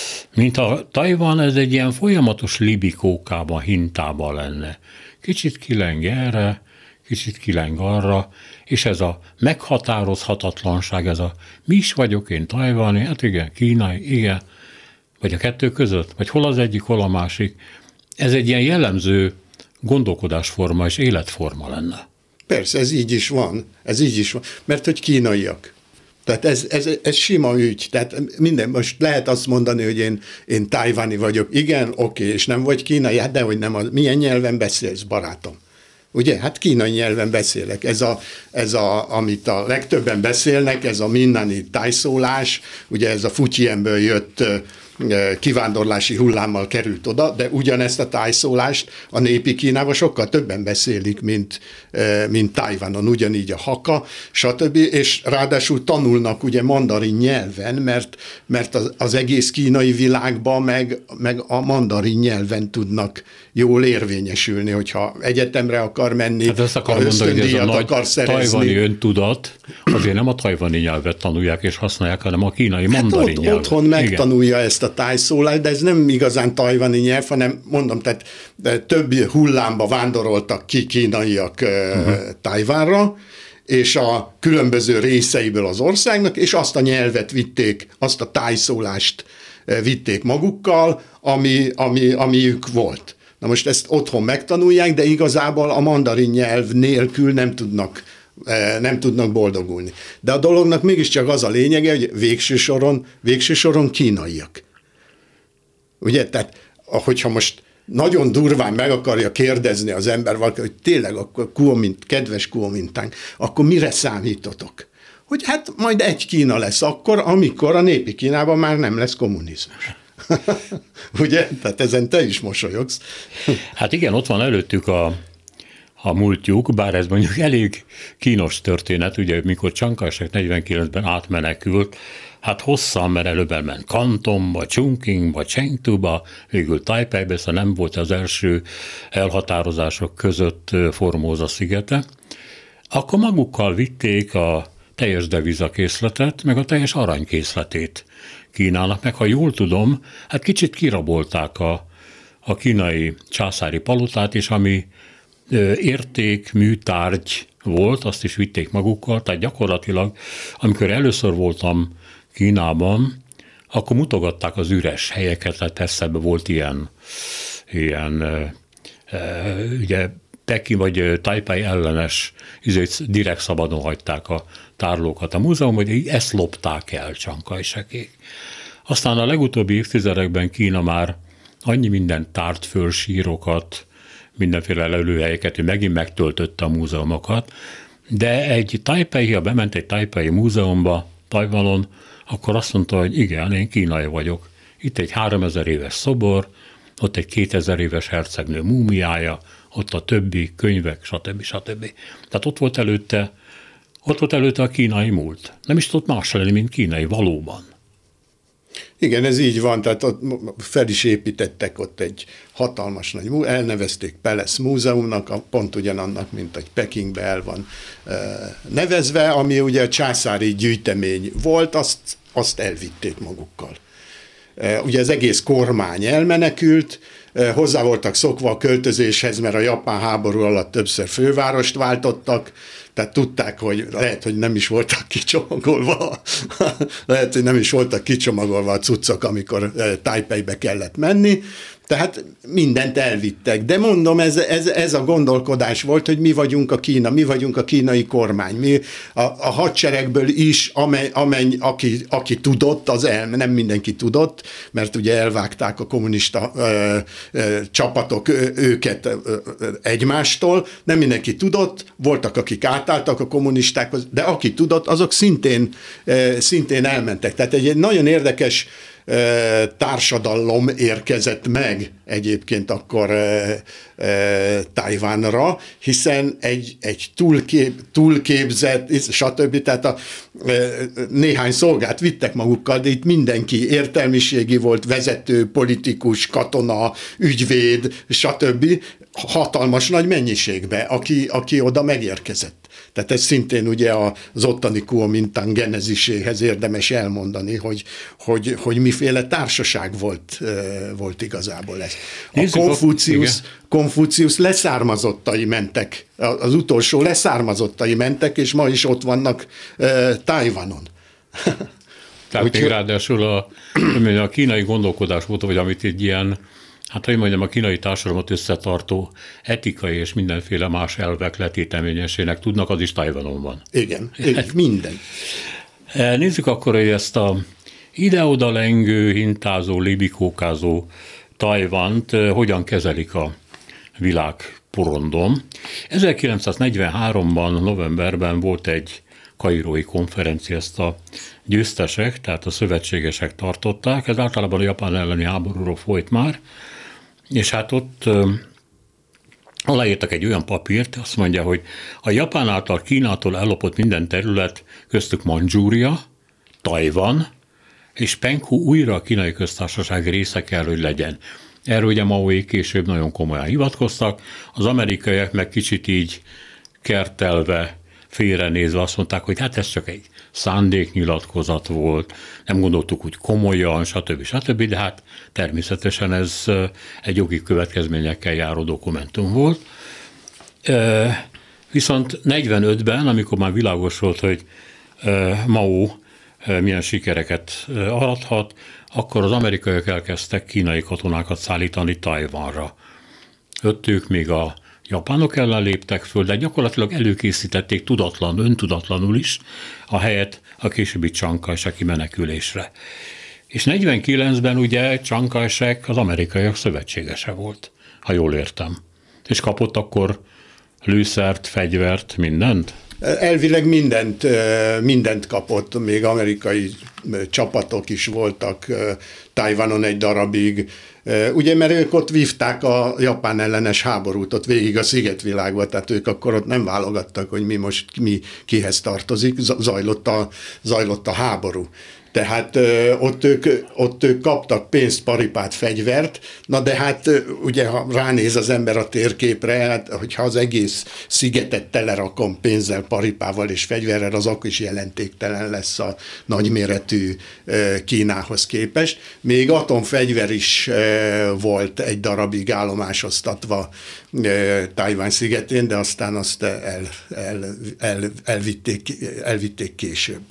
mintha Tajvan ez egy ilyen folyamatos libikókában, hintában lenne. Kicsit kileng erre, kicsit kileng arra, és ez a meghatározhatatlanság, ez a mi is vagyok én tajvani, hát igen, kínai, igen, vagy a kettő között, vagy hol az egyik, hol a másik. Ez egy ilyen jellemző gondolkodásforma és életforma lenne. Persze, ez így is van, ez így is van, mert hogy kínaiak. Tehát ez, ez, ez sima ügy, tehát minden, most lehet azt mondani, hogy én, én tajvani vagyok, igen, oké, és nem vagy kínai, hát dehogy nem, az, milyen nyelven beszélsz, barátom? Ugye, hát kínai nyelven beszélek, ez a, ez a, amit a legtöbben beszélnek, ez a minnani tájszólás, ugye ez a Fujianből jött kivándorlási hullámmal került oda, de ugyanezt a tájszólást a népi Kínában sokkal többen beszélik, mint, mint Tajvanon, ugyanígy a Hakka, stb. És ráadásul tanulnak ugye mandarin nyelven, mert, mert az, az egész kínai világban meg, meg a mandarin nyelven tudnak jól érvényesülni, hogyha egyetemre akar menni, hát ezt akarom mondani, hogy ez a nagy tajvani öntudat, azért nem a tajvani nyelvet tanulják és használják, hanem a kínai mandarin hát ott, nyelvet. Otthon megtanulja igen. ezt a tájszólást, de ez nem igazán tajvani nyelv, hanem mondom, tehát több hullámba vándoroltak ki kínaiak uh-huh. Tajvánra, és a különböző részeiből az országnak, és azt a nyelvet vitték, azt a tájszólást vitték magukkal, ami, ami, amiük volt. Na most ezt otthon megtanulják, de igazából a mandarin nyelv nélkül nem tudnak, nem tudnak boldogulni. De a dolognak mégiscsak az a lényege, hogy végső soron, végső soron kínaiak. Ugye, tehát hogyha most nagyon durván meg akarja kérdezni az ember valaki, hogy tényleg akkor Kuomint, kedves Kuomintánk, akkor mire számítotok? Hogy hát majd egy Kína lesz akkor, amikor a népi Kínában már nem lesz kommunizmus. Ugye? Tehát ezen te is mosolyogsz. Hát igen, ott van előttük a, a múltjuk, bár ez mondjuk elég kínos történet, ugye mikor Chiang Kai-shek negyvenkilencben átmenekült, hát hosszan, mert előbb elment Kantonba, Chongqingba, Chengduba, végül Taipeibe, szóval nem volt az első elhatározások között Formosa szigete. Akkor magukkal vitték a teljes devizakészletet, meg a teljes aranykészletét Kínának, meg ha jól tudom, hát kicsit kirabolták a, a kínai császári palotát, és ami ö, érték, műtárgy volt, azt is vitték magukkal, tehát gyakorlatilag, amikor először voltam Kínában, akkor mutogatták az üres helyeket, tehát eszembe volt ilyen, ilyen ö, ö, ugye Peking vagy Taipei ellenes, izét direkt szabadon hagyták a tárlókat a múzeum, hogy ezt lopták el Chiang Kai-shekék. Aztán a legutóbbi évtizedekben Kína már annyi mindent tárt föl, sírokat, mindenféle lelőhelyeket, hogy megint megtöltötte a múzeumokat, de egy Taipei, ha bement egy Taipei múzeumba Tajvanon, akkor azt mondta, hogy igen, én kínai vagyok. Itt egy háromezer éves szobor, ott egy kétezer éves hercegnő múmiája, ott a többi könyvek, stb. stb. Tehát ott volt előtte, ott volt előtte a kínai múlt. Nem is tudott más lenni, mint kínai, valóban. Igen, ez így van, tehát ott fel is építettek ott egy hatalmas nagy múzeum, elnevezték Palace Múzeumnak, pont ugyanannak, mint egy Pekingbe el van nevezve, ami ugye a császári gyűjtemény volt, azt, azt elvitték magukkal. Ugye az egész kormány elmenekült, hozzá voltak szokva a költözéshez, mert a japán háború alatt többször fővárost váltottak, tehát tudták, hogy lehet, hogy nem is voltak kicsomagolva, lehet, hogy nem is voltak kicsomagolva a cuccok, amikor Taipeibe kellett menni, tehát mindent elvittek. De mondom, ez, ez, ez a gondolkodás volt, hogy mi vagyunk a Kína, mi vagyunk a kínai kormány. Mi a, a hadseregből is, amely, amely, aki, aki tudott, az el, nem mindenki tudott, mert ugye elvágták a kommunista ö, ö, csapatok ö, őket ö, ö, egymástól, nem mindenki tudott, voltak, akik át átálltak a kommunistákhoz, de aki tudott, azok szintén, szintén elmentek. Tehát egy nagyon érdekes társadalom érkezett meg egyébként akkor Tajvanra, hiszen egy, egy túlkép, túlképzett, stb. Tehát a, néhány szolgát vittek magukkal, de itt mindenki értelmiségi volt, vezető, politikus, katona, ügyvéd, stb. Hatalmas nagy mennyiségbe, aki, aki oda megérkezett. Tehát ez szintén ugye az ottani Kuomintang geneziséhez érdemes elmondani, hogy, hogy, hogy miféle társaság volt, volt igazából ez. A Konfuciusz, Konfuciusz leszármazottai mentek, az utolsó leszármazottai mentek, és ma is ott vannak uh, Tajvanon. Tehát úgy, még ráadásul a, a kínai gondolkodás volt, vagy amit egy ilyen, hát hogy mondjam, a kínai társadalmat összetartó etikai és mindenféle más elvek letéteményesének tudnak, az is Tajvanon van. Igen, igen minden. Nézzük akkor, hogy ezt a ide-oda lengő, hintázó, libikókázó Tajvant hogyan kezelik a világ porondon. ezerkilencszáznegyvenháromban, novemberben volt egy kairói konferencia, ezt a győztesek, tehát a szövetségesek tartották, ez általában a Japán elleni háborúról folyt már, és hát ott ö, aláírtak egy olyan papírt, azt mondja, hogy a Japán által Kínától ellopott minden terület, köztük Mandzsúria, Tajvan és Penghu újra a Kínai Köztársaság része kell, hogy legyen. Erről ugye Maóék később nagyon komolyan hivatkoztak, az amerikaiak meg kicsit így kertelve, félrenézve azt mondták, hogy hát ez csak egy szándéknyilatkozat volt, nem gondoltuk úgy komolyan, stb. stb., de hát természetesen ez egy jogi következményekkel járó dokumentum volt. Viszont negyvenötben, amikor már világos volt, hogy Mao milyen sikereket arathat, akkor az amerikaiak elkezdtek kínai katonákat szállítani Tajvanra. Öttők még a japánok ellen léptek föl, de gyakorlatilag előkészítették tudatlan, öntudatlanul is a helyet a későbbi Chiang Kai-sheki menekülésre. És negyvenkilencben ugye Chiang Kai-shek az amerikaiak szövetségese volt, ha jól értem. És kapott akkor lőszert, fegyvert, mindent? Elvileg mindent, mindent kapott, még amerikai csapatok is voltak Tajvanon egy darabig. Ugye, mert ők ott vívták a japán ellenes háborút, ott végig a szigetvilágban, tehát ők akkor ott nem válogattak, hogy mi most mi kihez tartozik, zajlott a, zajlott a háború. Tehát ö, ott, ők, ott ők kaptak pénzt, paripát, fegyvert, na de hát ugye, ha ránéz az ember a térképre, hát, hogyha az egész szigetet telerakom pénzzel, paripával és fegyverrel, az akkor is jelentéktelen lesz a nagyméretű ö, Kínához képest. Még atomfegyver is ö, volt egy darabig állomásoztatva ö, Tajvan szigetén, de aztán azt el, el, el, elvitték, elvitték később.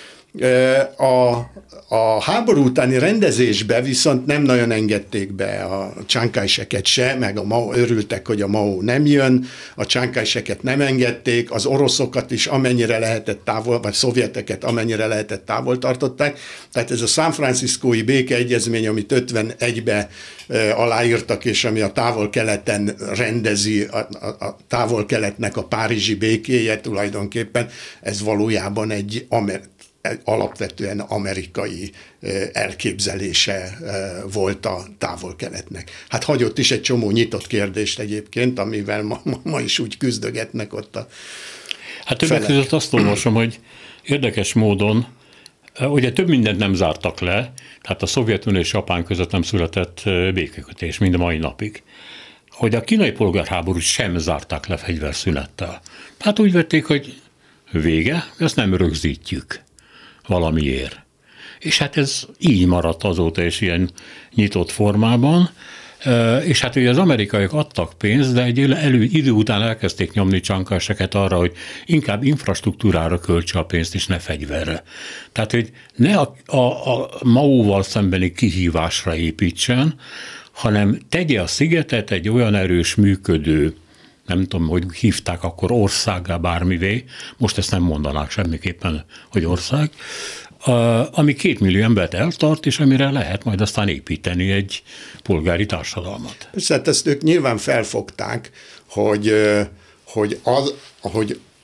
A, a háború utáni rendezésbe viszont nem nagyon engedték be a Chiang Kai-sheket se, meg a Mao, örültek, hogy a Mao nem jön, a Chiang Kai-sheket nem engedték, az oroszokat is amennyire lehetett távol, vagy szovjeteket amennyire lehetett távol tartották. Tehát ez a San Franciscói békeegyezmény, amit ötvenegyben e, aláírtak, és ami a távol-keleten rendezi, a, a, a távol-keletnek a párizsi békéje tulajdonképpen, ez valójában egy amer- alapvetően amerikai elképzelése volt a távol-keletnek. Hát hagyott is egy csomó nyitott kérdést egyébként, amivel ma, ma is úgy küzdögetnek ott a Hát többek között azt olvasom, hogy érdekes módon, ugye több mindent nem zártak le, tehát a Szovjetunió és Japán között nem született békekötés mind a mai napig. Hogy a kínai polgárháborút sem zárták le fegyverszünettel. Hát úgy vették, hogy vége, ezt nem rögzítjük valamiért. És hát ez így maradt azóta is ilyen nyitott formában, és hát ugye az amerikaiak adtak pénzt, de egy elő, idő után elkezdték nyomni Chiang Kai-sheket arra, hogy inkább infrastruktúrára költse a pénzt, és ne fegyverre. Tehát, hogy ne a, a, a Mao-val szembeni kihívásra építsen, hanem tegye a szigetet egy olyan erős, működő, nem tudom, hogy hívták akkor országgá bármivé, most ezt nem mondanák semmiképpen, hogy ország, ami két millió embert eltart, és amire lehet majd aztán építeni egy polgári társadalmat. Persze, hát ezt ők nyilván felfogták, hogy, hogy, az, hogy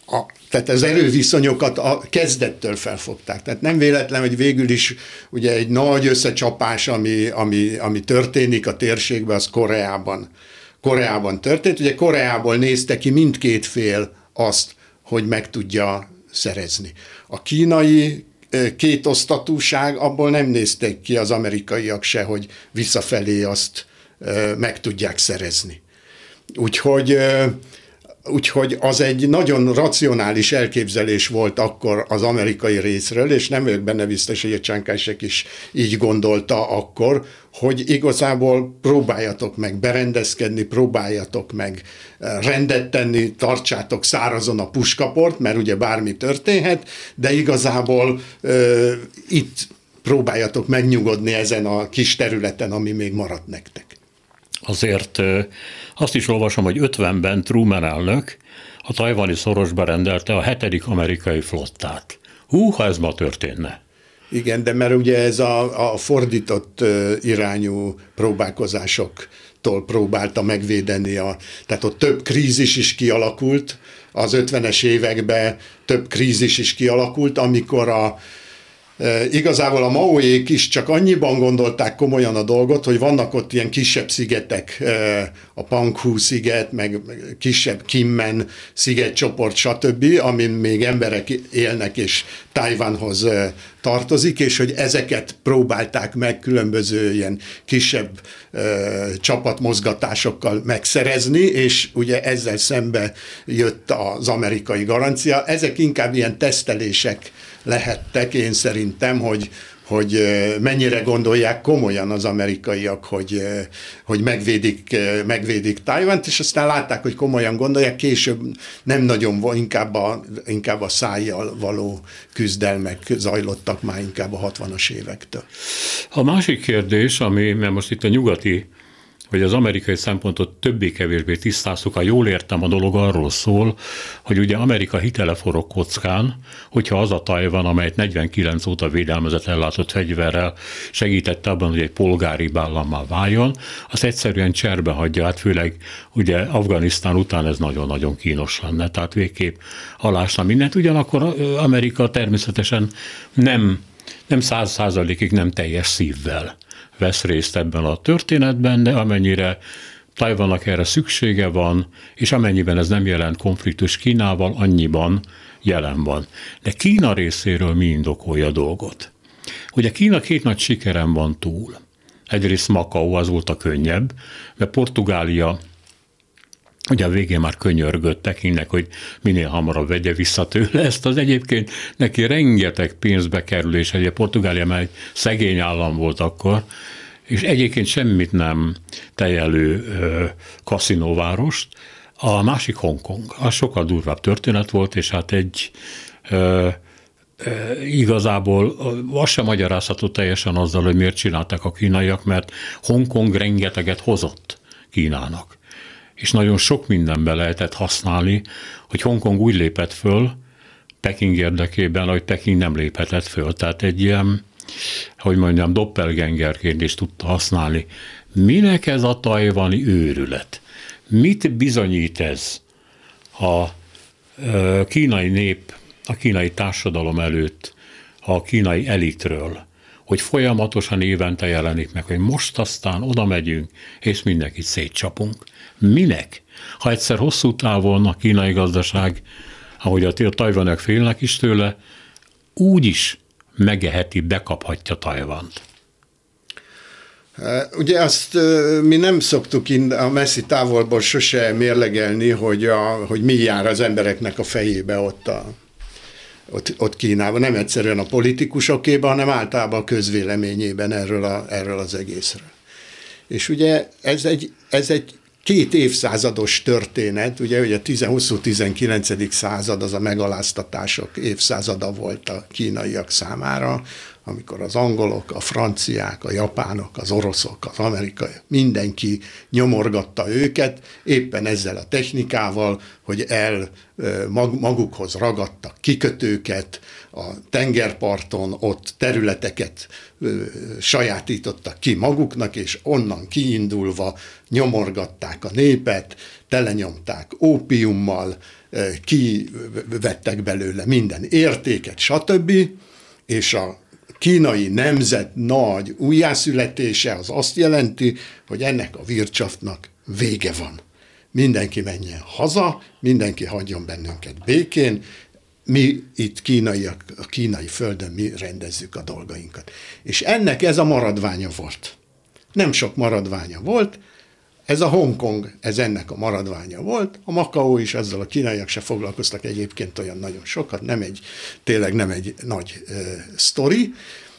A, tehát az erőviszonyokat a kezdettől felfogták. Tehát nem véletlen, hogy végül is ugye egy nagy összecsapás, ami, ami, ami történik a térségben, az Koreában, Koreában történt. Ugye Koreából nézte ki mindkét fél azt, hogy meg tudja szerezni. A kínai kétosztatúság, abból nem nézték ki az amerikaiak se, hogy visszafelé azt meg tudják szerezni. Úgyhogy Úgyhogy az egy nagyon racionális elképzelés volt akkor az amerikai részről, és nem vagyok benne biztos, hogy a Chiang Kai-shek is így gondolta akkor, hogy igazából próbáljatok meg berendezkedni, próbáljatok meg rendet tenni, tartsátok szárazon a puskaport, mert ugye bármi történhet, de igazából uh, itt próbáljatok megnyugodni ezen a kis területen, ami még maradt nektek. Azért azt is olvasom, hogy ötvenben Truman elnök a tajvani szorosba rendelte a hetedik amerikai flottát. Hú, ha ez ma történne. Igen, de mert ugye ez a, a fordított irányú próbálkozásoktól próbálta megvédeni, a, tehát ott több krízis is kialakult, az ötvenes években több krízis is kialakult, amikor a E, igazából a maóék is csak annyiban gondolták komolyan a dolgot, hogy vannak ott ilyen kisebb szigetek, e, a Panghu sziget, meg kisebb Kinmen szigetcsoport, stb., amin még emberek élnek, és Tajvanhoz e, tartozik, és hogy ezeket próbálták meg különböző ilyen kisebb e, csapatmozgatásokkal megszerezni, és ugye ezzel szembe jött az amerikai garancia. Ezek inkább ilyen tesztelések lehettek, én szerintem, hogy, hogy mennyire gondolják komolyan az amerikaiak, hogy, hogy megvédik, megvédik Tajvant, és aztán látták, hogy komolyan gondolják, később nem nagyon, inkább a, inkább a szájjal való küzdelmek zajlottak már inkább a hatvanas évektől. A másik kérdés, ami, mert most itt a nyugati, vagy az amerikai szempontot többé-kevésbé tisztáztuk, ha jól értem, a dolog arról szól, hogy ugye Amerika hitele forog kockán, hogyha az a Tajvan, amelyet negyvenkilenc óta védelmezett ellátott fegyverrel segítette abban, hogy egy polgári állammá váljon, azt egyszerűen cserbe hagyja, hát főleg ugye Afganisztán után ez nagyon-nagyon kínos lenne, tehát végképp alásna mindent. Ugyanakkor Amerika természetesen nem, nem száz százalékig nem teljes szívvel vesz részt ebben a történetben, de amennyire Tajvannak erre szüksége van, és amennyiben ez nem jelent konfliktus Kínával, annyiban jelen van. De Kína részéről mi indokolja a dolgot? Ugye Kína két nagy sikeren van túl. Egyrészt Macau, az volt a könnyebb, mert Portugália ugye a végén már könyörgött tekinnek, hogy minél hamarabb vegye vissza tőle ezt, az egyébként neki rengeteg pénzbe kerül, és egy Portugália már egy szegény állam volt akkor, és egyébként semmit nem tejelő ö, kaszinóvárost. A másik Hongkong, az sokkal durvább történet volt, és hát egy ö, ö, igazából az sem magyarázható teljesen azzal, hogy miért csinálták a kínaiak, mert Hongkong rengeteget hozott Kínának. És nagyon sok mindenben lehetett használni, hogy Hongkong úgy lépett föl Peking érdekében, hogy Peking nem léphetett föl. Tehát egy ilyen, hogy mondjam, doppelgangerként is tudta használni. Minek ez a tajvani őrület? Mit bizonyít ez a kínai nép, a kínai társadalom előtt, a kínai elitről, hogy folyamatosan évente jelenik meg, hogy most aztán oda megyünk, és mindenkit szétcsapunk. Minek? Ha egyszer hosszú távon a kínai gazdaság, ahogy a tajvanok félnek is tőle, úgyis megeheti, bekaphatja Tajvant. Ugye azt mi nem szoktuk a messzi távolból sose mérlegelni, hogy, a, hogy mi jár az embereknek a fejébe ott, a, ott, ott Kínában. Nem egyszerűen a politikusokéban, hanem általában a közvéleményében erről, a, erről az egészről. És ugye ez egy, ez egy két évszázados történet, ugye, ugye a huszonkilencedik század az a megaláztatások évszázada volt a kínaiak számára, amikor az angolok, a franciák, a japánok, az oroszok, az amerikai, mindenki nyomorgatta őket, éppen ezzel a technikával, hogy el magukhoz ragadtak kikötőket, a tengerparton ott területeket sajátítottak ki maguknak, és onnan kiindulva nyomorgatták a népet, telenyomták ópiummal, kivettek belőle minden értéket, stb. És a kínai nemzet nagy újjászületése az azt jelenti, hogy ennek a Wirtschaftnak vége van. Mindenki menjen haza, mindenki hagyjon bennünket békén, mi itt kínaiak, a kínai földön mi rendezzük a dolgainkat. És ennek ez a maradványa volt. Nem sok maradványa volt, ez a Hongkong, ez ennek a maradványa volt, a Makao is, ezzel a kínaiak se foglalkoztak egyébként olyan nagyon sokat, nem egy, tényleg nem egy nagy uh, sztori,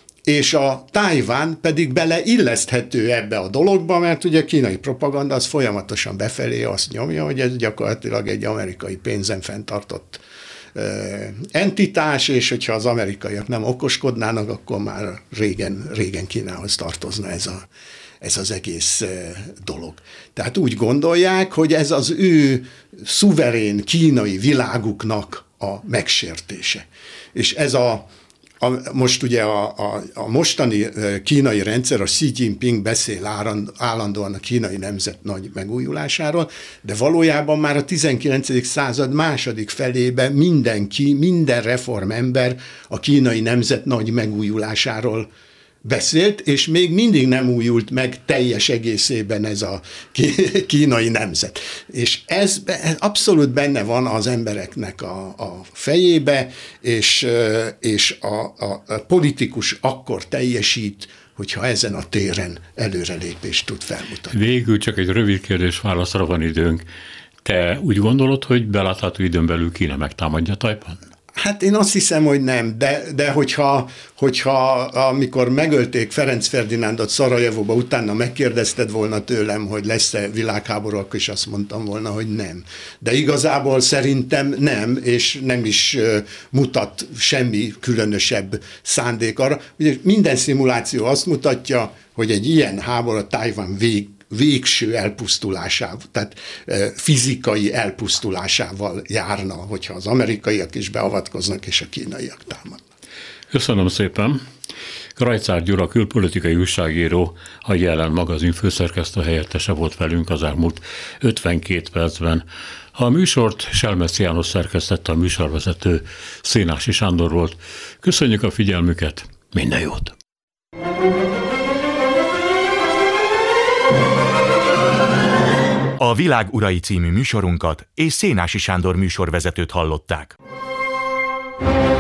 és a Tajván pedig beleilleszthető ebbe a dologba, mert ugye a kínai propaganda az folyamatosan befelé azt nyomja, hogy ez gyakorlatilag egy amerikai pénzen fenntartott uh, entitás, és hogyha az amerikaiak nem okoskodnának, akkor már régen, régen Kínához tartozna ez a ez az egész dolog. Tehát úgy gondolják, hogy ez az ő szuverén kínai világuknak a megsértése. És ez a, a most ugye a, a, a mostani kínai rendszer, a Xi Jinping beszél állandóan a kínai nemzet nagy megújulásáról, de valójában már a tizenkilencedik század második felében mindenki, minden reformember a kínai nemzet nagy megújulásáról beszélt, és még mindig nem újult meg teljes egészében ez a kínai nemzet. És ez abszolút benne van az embereknek a, a fejébe, és, és a, a, a politikus akkor teljesít, hogyha ezen a téren előrelépést tud felmutatni. Végül csak egy rövid kérdés válaszra van időnk. Te úgy gondolod, hogy belátható időn belül Kína megtámadja Tajvan? Hát én azt hiszem, hogy nem, de, de hogyha, hogyha amikor megölték Ferenc Ferdinándot Szarajevóba, utána megkérdezted volna tőlem, hogy lesz-e világháború, akkor is azt mondtam volna, hogy nem. De igazából szerintem nem, és nem is mutat semmi különösebb szándék arra. Ugye minden szimuláció azt mutatja, hogy egy ilyen háború a Tajvan vég végső elpusztulásával, tehát fizikai elpusztulásával járna, hogyha az amerikaiak is beavatkoznak, és a kínaiak támadnak. Köszönöm szépen. Krajcár Gyula külpolitikai újságíró, a Jelen magazin főszerkesztő helyettese volt velünk az elmúlt ötvenkét percben. A műsort Selmeci János szerkesztette, a műsorvezető Szénási Sándor volt. Köszönjük a figyelmüket, minden jót! A Világ urai című műsorunkat és Szénási Sándor műsorvezetőt hallották.